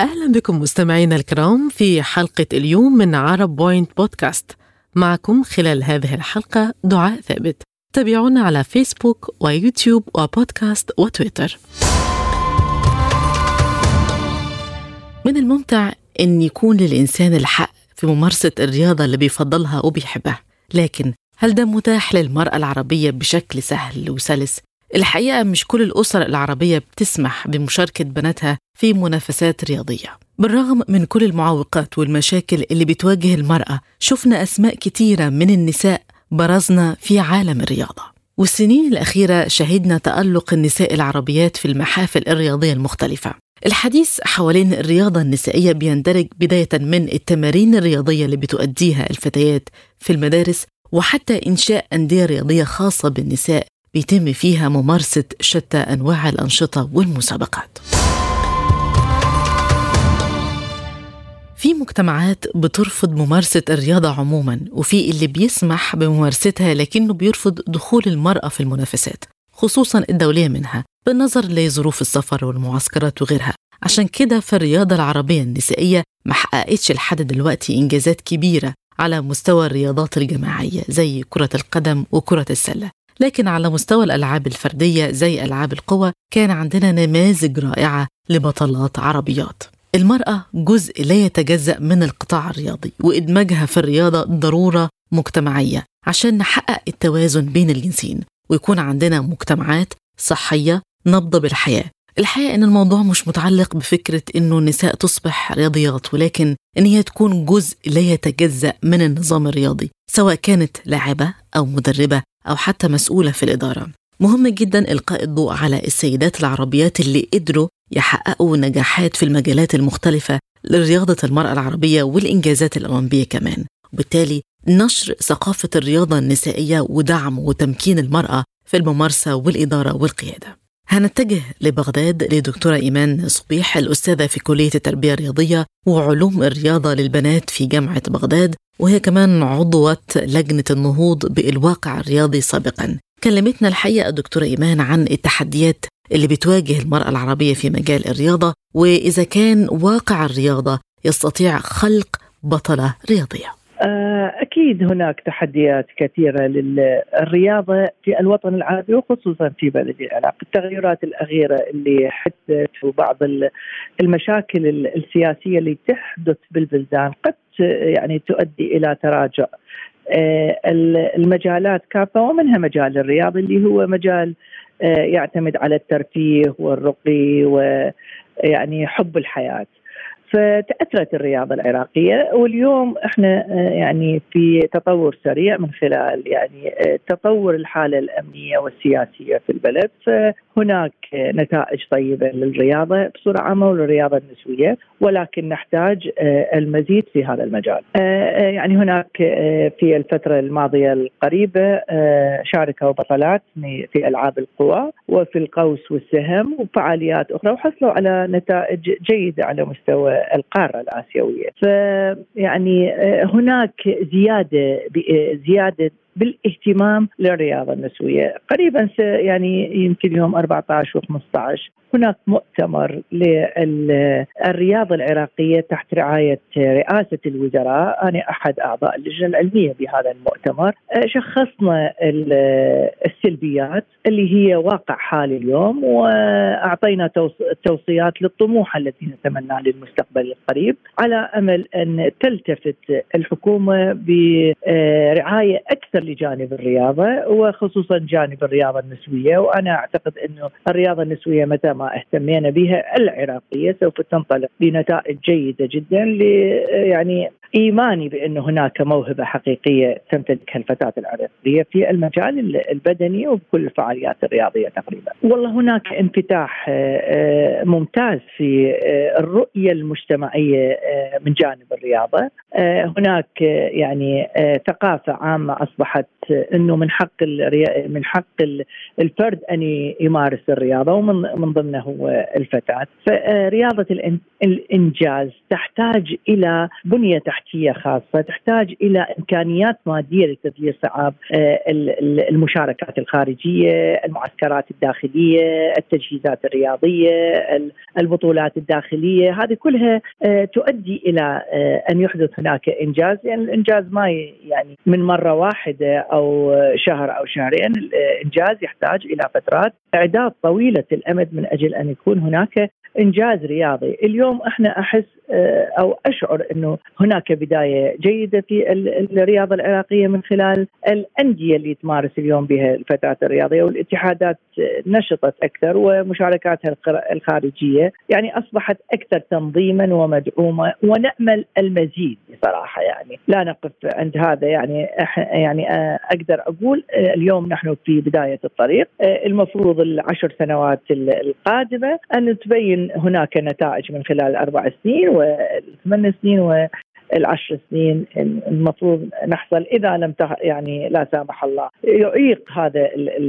أهلا بكم مستمعينا الكرام في حلقة اليوم من عرب بوينت بودكاست. معكم خلال هذه الحلقة دعاء ثابت. تابعونا على فيسبوك ويوتيوب وبودكاست وتويتر. من الممتع أن يكون للإنسان الحق في ممارسة الرياضة اللي بيفضلها وبيحبها، لكن هل ده متاح للمرأة العربية بشكل سهل وسلس؟ الحقيقة مش كل الأسر العربية بتسمح بمشاركة بناتها في منافسات رياضية. بالرغم من كل المعوقات والمشاكل اللي بتواجه المرأة، شفنا أسماء كتيرة من النساء برزنا في عالم الرياضة. والسنين الأخيرة شهدنا تألق النساء العربيات في المحافل الرياضية المختلفة. الحديث حوالين الرياضة النسائية بيندرج بداية من التمارين الرياضية اللي بتؤديها الفتيات في المدارس، وحتى إنشاء أندية رياضية خاصة بالنساء بيتم فيها ممارسة شتى أنواع الأنشطة والمسابقات. في مجتمعات بترفض ممارسة الرياضة عموما، وفي اللي بيسمح بممارستها لكنه بيرفض دخول المرأة في المنافسات، خصوصا الدولية منها، بالنظر لظروف السفر والمعسكرات وغيرها. عشان كده في الرياضة العربية النسائية ما حققتش لحد دلوقتي إنجازات كبيرة على مستوى الرياضات الجماعية زي كرة القدم وكرة السلة، لكن على مستوى الألعاب الفردية زي ألعاب القوى كان عندنا نماذج رائعة لبطلات عربيات. المرأة جزء لا يتجزأ من القطاع الرياضي، وإدماجها في الرياضة ضرورة مجتمعية عشان نحقق التوازن بين الجنسين ويكون عندنا مجتمعات صحية نبضة بالحياة. الحقيقة إن الموضوع مش متعلق بفكرة إنه النساء تصبح رياضيات، ولكن إن هي تكون جزء لا يتجزأ من النظام الرياضي، سواء كانت لاعبة أو مدربة أو حتى مسؤولة في الإدارة. مهم جدا إلقاء الضوء على السيدات العربيات اللي قدروا يحققوا نجاحات في المجالات المختلفة لرياضة المرأة العربية والإنجازات الأولمبية كمان، وبالتالي نشر ثقافة الرياضة النسائية ودعم وتمكين المرأة في الممارسة والإدارة والقيادة. هنتجه لبغداد لدكتورة إيمان صبيح، الأستاذة في كلية التربية الرياضية وعلوم الرياضة للبنات في جامعة بغداد، وهي كمان عضوة لجنة النهوض بالواقع الرياضي سابقا. كلمتنا الحقيقة دكتورة إيمان عن التحديات اللي بتواجه المرأة العربية في مجال الرياضة، وإذا كان واقع الرياضة يستطيع خلق بطلة رياضية. أكيد هناك تحديات كثيرة للرياضة في الوطن العربي وخصوصا في بلد العراق. التغيرات الأخيرة اللي حدثت وبعض المشاكل السياسية اللي تحدث بالبلدان قد يعني تؤدي إلى تراجع المجالات كافة، ومنها مجال الرياضة اللي هو مجال يعتمد على الترفيه والرقي ويعني حب الحياة. فتأثرت الرياضة العراقية، واليوم احنا يعني في تطور سريع من خلال يعني تطور الحالة الأمنية والسياسية في البلد. فهناك نتائج طيبة للرياضة بصورة عامة وللرياضة النسوية، ولكن نحتاج المزيد في هذا المجال. يعني هناك في الفترة الماضية القريبة شاركوا بطلات في ألعاب القوى وفي القوس والسهم وفعاليات أخرى، وحصلوا على نتائج جيدة على مستوى القارة الآسيوية. فيعني هناك زيادة بالاهتمام للرياضة النسوية. قريبا يعني يمكن يوم 14 و15 هناك مؤتمر للرياضة العراقية تحت رعاية رئاسة الوزراء. أنا أحد أعضاء اللجنة العلمية بهذا المؤتمر. شخصنا السلبيات اللي هي واقع حالي اليوم، وأعطينا توصيات للطموح التي نتمنى للمستقبل القريب، على أمل أن تلتفت الحكومة برعاية أكثر لجانب الرياضة وخصوصا جانب الرياضة النسوية. وأنا أعتقد أنه الرياضة النسوية متى ما اهتمينا بها العراقية سوف تنطلق بنتائج جيدة جدا، يعني إيماني بأن هناك موهبة حقيقية تمتلكها الفتاة العراقية في المجال البدني وبكل الفعاليات الرياضية تقريبا. والله هناك انفتاح ممتاز في الرؤية المجتمعية من جانب الرياضة. هناك يعني ثقافة عامة أصبحت أنه من حق الفرد أن يمارس الرياضة، ومن ضمنه الفتاة. فرياضة الإنجاز تحتاج إلى بنية تحتية تحتية خاصة، تحتاج إلى إمكانيات مادية لتسجيل صعاب المشاركات الخارجية، المعسكرات الداخلية، التجهيزات الرياضية، البطولات الداخلية. هذه كلها تؤدي إلى أن يحدث هناك إنجاز، يعني الإنجاز ما يعني من مرة واحدة أو شهر أو شهرين. الإنجاز يحتاج إلى فترات إعداد طويلة الأمد من أجل أن يكون هناك إنجاز رياضي. اليوم احنا أحس أو أشعر أنه هناك بداية جيدة في الرياضة العراقية من خلال الأندية اللي تمارس اليوم بها الفترات الرياضية، والاتحادات نشطت أكثر ومشاركاتها الخارجية يعني أصبحت أكثر تنظيما ومدعومة، ونأمل المزيد بصراحة. يعني لا نقف عند هذا، يعني أقدر أقول اليوم نحن في بداية الطريق. المفروض 10 سنوات القادمة أن تبين هناك نتائج من خلال 4 سنين و8 سنين و10 سنين. المفروض نحصل إذا لم يعني لا سامح الله يعيق هذا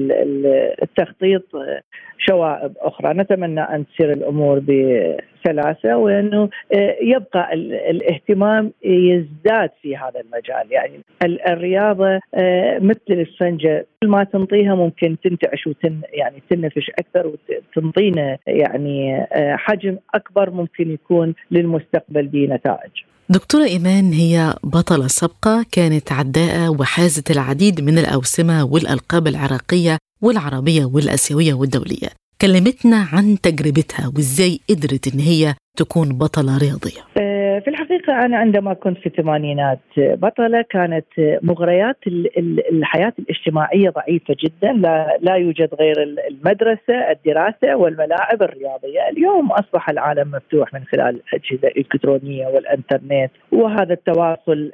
التخطيط شوائب أخرى. نتمنى أن تصير الأمور بسلاسة، وأنه يبقى الاهتمام يزداد في هذا المجال. يعني الرياضة مثل الإسفنجة، كل ما تنطيها ممكن تنتعش يعني تنفش أكثر وتنطينا يعني حجم أكبر ممكن يكون للمستقبل بنتائج. دكتورة إيمان هي بطلة سابقة، كانت عداءة وحازت العديد من الأوسمة والألقاب العراقية والعربية والآسيوية والدولية. كلمتنا عن تجربتها وإزاي قدرت إن هي تكون بطلة رياضية. في الحقيقة أنا عندما كنت في الثمانينات بطلة، كانت مغريات الحياة الاجتماعية ضعيفة جدا، لا يوجد غير المدرسة، الدراسة والملاعب الرياضية. اليوم أصبح العالم مفتوح من خلال الأجهزة الإلكترونية والإنترنت، وهذا التواصل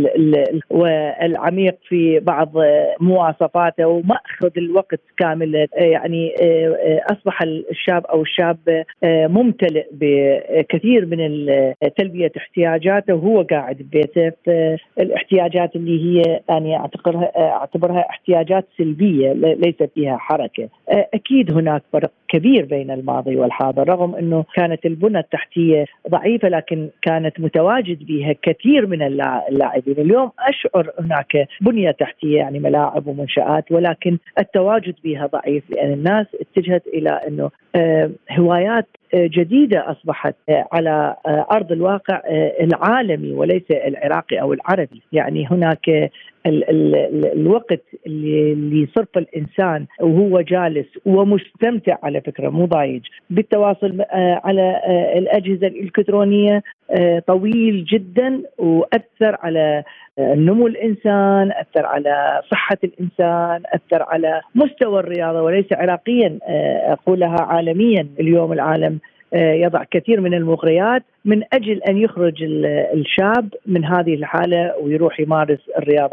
والعميق في بعض مواصفاته ومأخذ الوقت كامل. يعني أصبح الشاب أو الشاب ممتلئ بكثير من تلبية احتياجاته وهو قاعد ببيته. الاحتياجات اللي هي يعني أعتبرها احتياجات سلبية ليس فيها حركة. أكيد هناك فرق كبير بين الماضي والحاضر، رغم أنه كانت البنى التحتية ضعيفة لكن كانت متواجد بها كثير من اللاعبين. اليوم أشعر هناك بنية تحتية يعني ملاعب ومنشآت، ولكن التواجد بها ضعيف، لأن الناس اتجهت إلى أنه هوايات جديدة أصبحت على أرض الواقع العالمي وليس العراقي أو العربي. يعني هناك الوقت اللي صرف الإنسان وهو جالس ومستمتع، على فكرة مو ضايج، بالتواصل على الأجهزة الإلكترونية طويل جدا، وأثر على نمو الإنسان، أثر على صحة الإنسان، أثر على مستوى الرياضة وليس عراقيا، أقولها عالميا. اليوم العالم يضع كثير من المغريات من أجل أن يخرج الشاب من هذه الحالة ويروح يمارس الرياضة.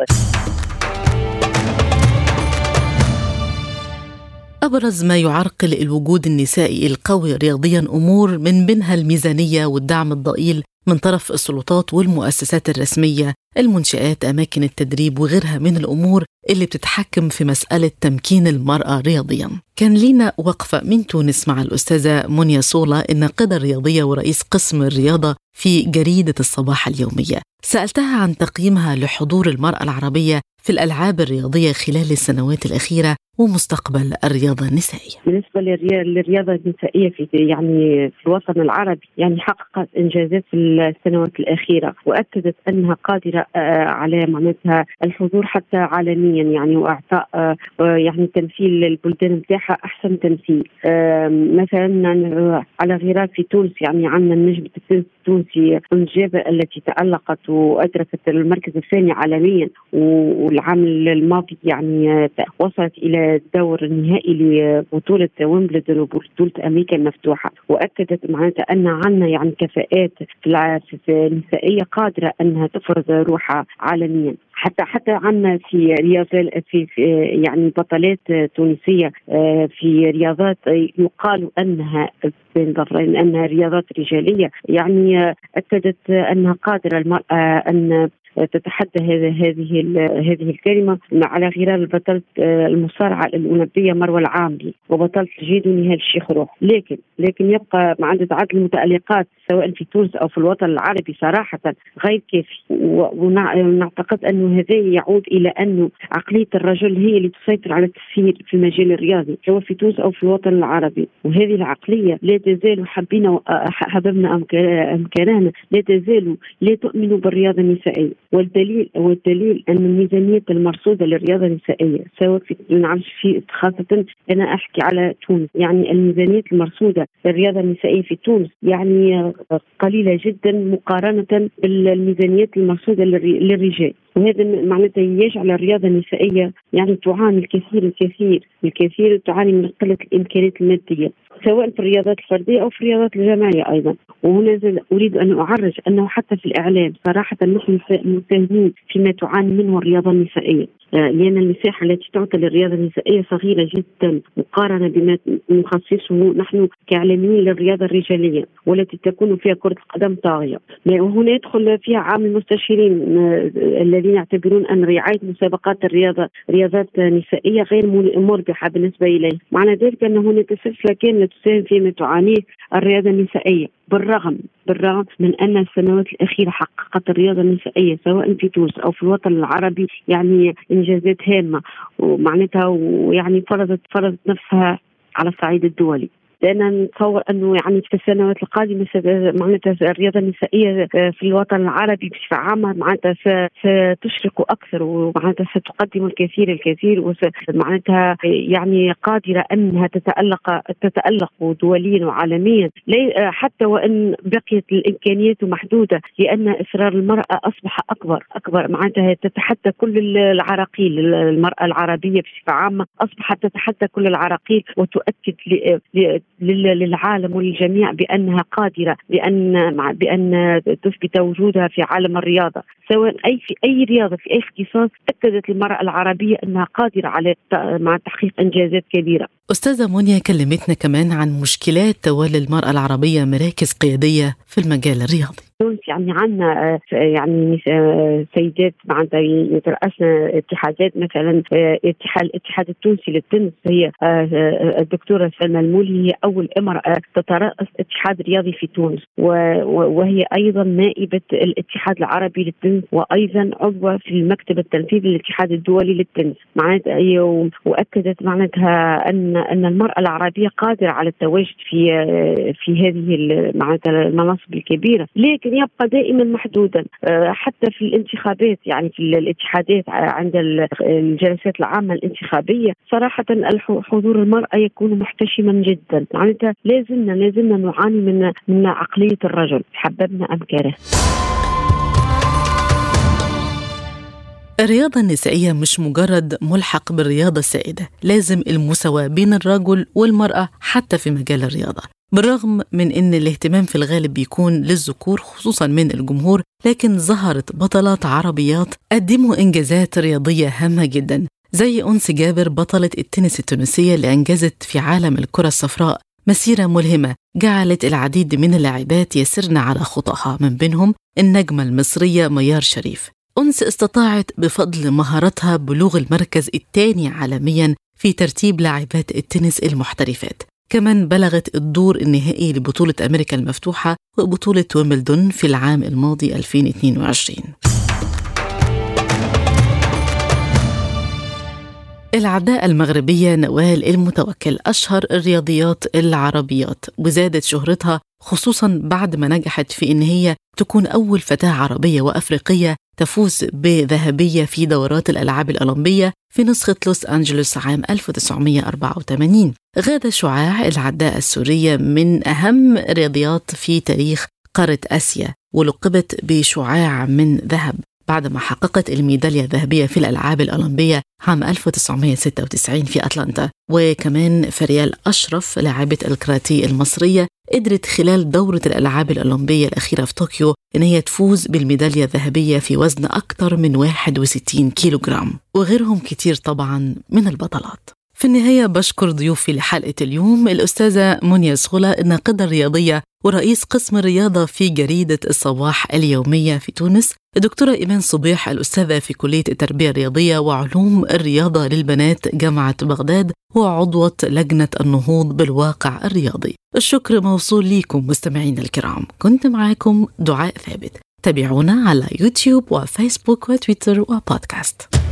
أبرز ما يعرقل الوجود النسائي القوي رياضيا أمور من بينها الميزانية والدعم الضئيل من طرف السلطات والمؤسسات الرسمية، المنشآت، أماكن التدريب وغيرها من الأمور اللي بتتحكم في مسألة تمكين المرأة رياضيا. كان لينا وقفة من تونس مع الأستاذة منيا صولة، الناقدة الرياضية ورئيس قسم الرياضة في جريدة الصباح اليومية. سألتها عن تقييمها لحضور المرأة العربية في الألعاب الرياضية خلال السنوات الأخيرة ومستقبل الرياضة النسائية. بالنسبة للرياضة النسائية في الوطن العربي، يعني حققت إنجازات في السنوات الأخيرة، وأكدت أنها قادرة على معناتها الحضور حتى عالميا، يعني وإعطاء يعني تمثيل البلدان متاعها أحسن تمثيل. مثلا على غرار في تونس، يعني عندنا النجمة التونسي أنجابة التي تألقت وأدركت المركز الثاني عالميا، والعام الماضي يعني وصلت إلى الدور النهائي لبطولة ويمبلدون وبطولة أمريكا المفتوحة، وأكدت معناتها أن عندنا يعني كفاءات في النسائية قادرة أنها تفرض روحها عالميا. حتى عندنا في رياضة في يعني بطلات تونسية في رياضات يقال أنها بين ظهرين أنها رياضات رجالية، يعني أكدت أنها قادرة المرأة أن تتحدى هذه الكلمة على غرار بطلة المصارعة الأولمبية مروة العامري وبطلة الجيدو نهال الشيخ روح. لكن يبقى عدد المتألقات سواء في تونس أو في الوطن العربي صراحة غير كافي، ونعتقد أنه هذا يعود إلى أنه عقلية الرجل هي اللي تسيطر على التسيير في المجال الرياضي سواء في تونس أو في الوطن العربي، وهذه العقلية لا تزال حببنا أم كرهنا لا تزال لا تؤمن بالرياضة النسائية. والدليل أن الميزانية المرصودة للرياضة النسائية سواء في خاصة أنا أحكي على تونس، يعني الميزانية المرصودة للرياضة النسائية في تونس يعني قليلة جدا مقارنة بالميزانيات المرصودة للرجال، وهذا معناته يجعل الرياضة النسائية يعني تعاني الكثير تعاني من قلة الإمكانيات المادية سواء في الرياضات الفردية أو في الرياضات الجماعية أيضا. وهنا أريد أن أعرج أنه حتى في الإعلام صراحة نحن مساهمين فيما تعاني منه الرياضة النسائية، لأن المساحة التي تعطى للرياضة النسائية صغيرة جدا مقارنة بما نخصصه نحن كإعلاميين للرياضة الرجالية والتي تكون فيها كرة القدم طاغية. وهنا يدخل فيها عامل المستشارين الذين يعتبرون أن رعاية مسابقات رياضات نسائية غير مربحة بالنسبة إليه، معنى ذلك أن هناك سلسلة كاملة تساهم فيما تعانيه الرياضة النسائية، بالرغم من أن السنوات الأخيرة حققت الرياضة النسائية سواء في تونس أو في الوطن العربي يعني إنجازات هامة، ومعناتها ويعني فرضت نفسها على الصعيد الدولي. لأن نتصور أنه يعني في السنوات القادمة معناتها الرياضة النسائية في الوطن العربي بصفة عامة معناتها ستشرق أكثر، ومعناتها ستقدم الكثير ومعناتها يعني قادرة أنها تتألق دوليا وعالميا، حتى وإن بقيت الإمكانيات محدودة، لأن إصرار المرأة أصبح أكبر معناتها تتحدى كل العراقيل. المرأة العربية بصفة عامة أصبحت تتحدى كل العراقيل وتؤكد للعالم وللجميع بأنها قادرة بأن تثبت وجودها في عالم الرياضة سواء في أي رياضة في أي اختصاص. أكدت المرأة العربية أنها قادرة على تحقيق إنجازات كبيرة. أستاذة مونيا كلمتنا كمان عن مشكلات تولي المرأة العربية مراكز قيادية في المجال الرياضي. يعني عندنا يعني سيدات معناتها يترأسن اتحادات، مثلا الاتحاد التونسي للتنس هي الدكتورة سلمى المولي، هي أول امرأة تترأس اتحاد رياضي في تونس، وهي أيضا نائبة الاتحاد العربي للتنس وأيضا عضوة في المكتب التنفيذي للاتحاد الدولي للتنس معناتها. وأكدت معناتها أن المرأة العربية قادرة على التواجد في هذه معناتها المناصب الكبيرة، لكن يبقى دائما محدودا حتى في الانتخابات، يعني في الاتحادات عند الجلسات العامة الانتخابية صراحة حضور المرأة يكون محتشما جدا. معناتها لازلنا نعاني من عقلية الرجل حببنا أم كره. الرياضة النسائية مش مجرد ملحق بالرياضة السائدة، لازم المساواة بين الرجل والمرأة حتى في مجال الرياضة. بالرغم من أن الاهتمام في الغالب بيكون للذكور خصوصا من الجمهور، لكن ظهرت بطلات عربيات قدموا إنجازات رياضية هامة جدا، زي أنس جابر بطلة التنس التونسية اللي أنجزت في عالم الكرة الصفراء مسيرة ملهمة جعلت العديد من اللاعبات يسرن على خطاها، من بينهم النجمة المصرية ميار شريف. أنس استطاعت بفضل مهارتها بلوغ المركز الثاني عالميا في ترتيب لاعبات التنس المحترفات، كمان بلغت الدور النهائي لبطولة أمريكا المفتوحة وبطولة ويمبلدون في العام الماضي 2022. العداء المغربية نوال المتوكل أشهر الرياضيات العربيات، وزادت شهرتها خصوصا بعد ما نجحت في إن هي تكون أول فتاة عربية وأفريقية تفوز بذهبية في دورات الألعاب الأولمبية في نسخة لوس أنجلوس عام 1984. غادة شعاع العداء السورية من أهم رياضيات في تاريخ قارة آسيا، ولقبت بشعاع من ذهب بعدما حققت الميدالية الذهبية في الألعاب الأولمبية عام 1996 في أتلانتا. وكمان فريال أشرف لاعبة الكاراتيه المصرية قدرت خلال دورة الألعاب الأولمبية الأخيرة في طوكيو إن هي تفوز بالميدالية الذهبية في وزن أكثر من 61 كيلوغرام، وغيرهم كتير طبعا من البطلات. في النهاية بشكر ضيوفي لحلقة اليوم الأستاذة منيا سغلة، الناقدة الرياضية ورئيس قسم الرياضة في جريدة الصباح اليومية في تونس، الدكتورة إيمان صبيح الأستاذة في كلية التربية الرياضية وعلوم الرياضة للبنات جامعة بغداد وعضوة لجنة النهوض بالواقع الرياضي. الشكر موصول ليكم مستمعين الكرام، كنت معاكم دعاء ثابت. تابعونا على يوتيوب وفيسبوك وتويتر وبودكاست.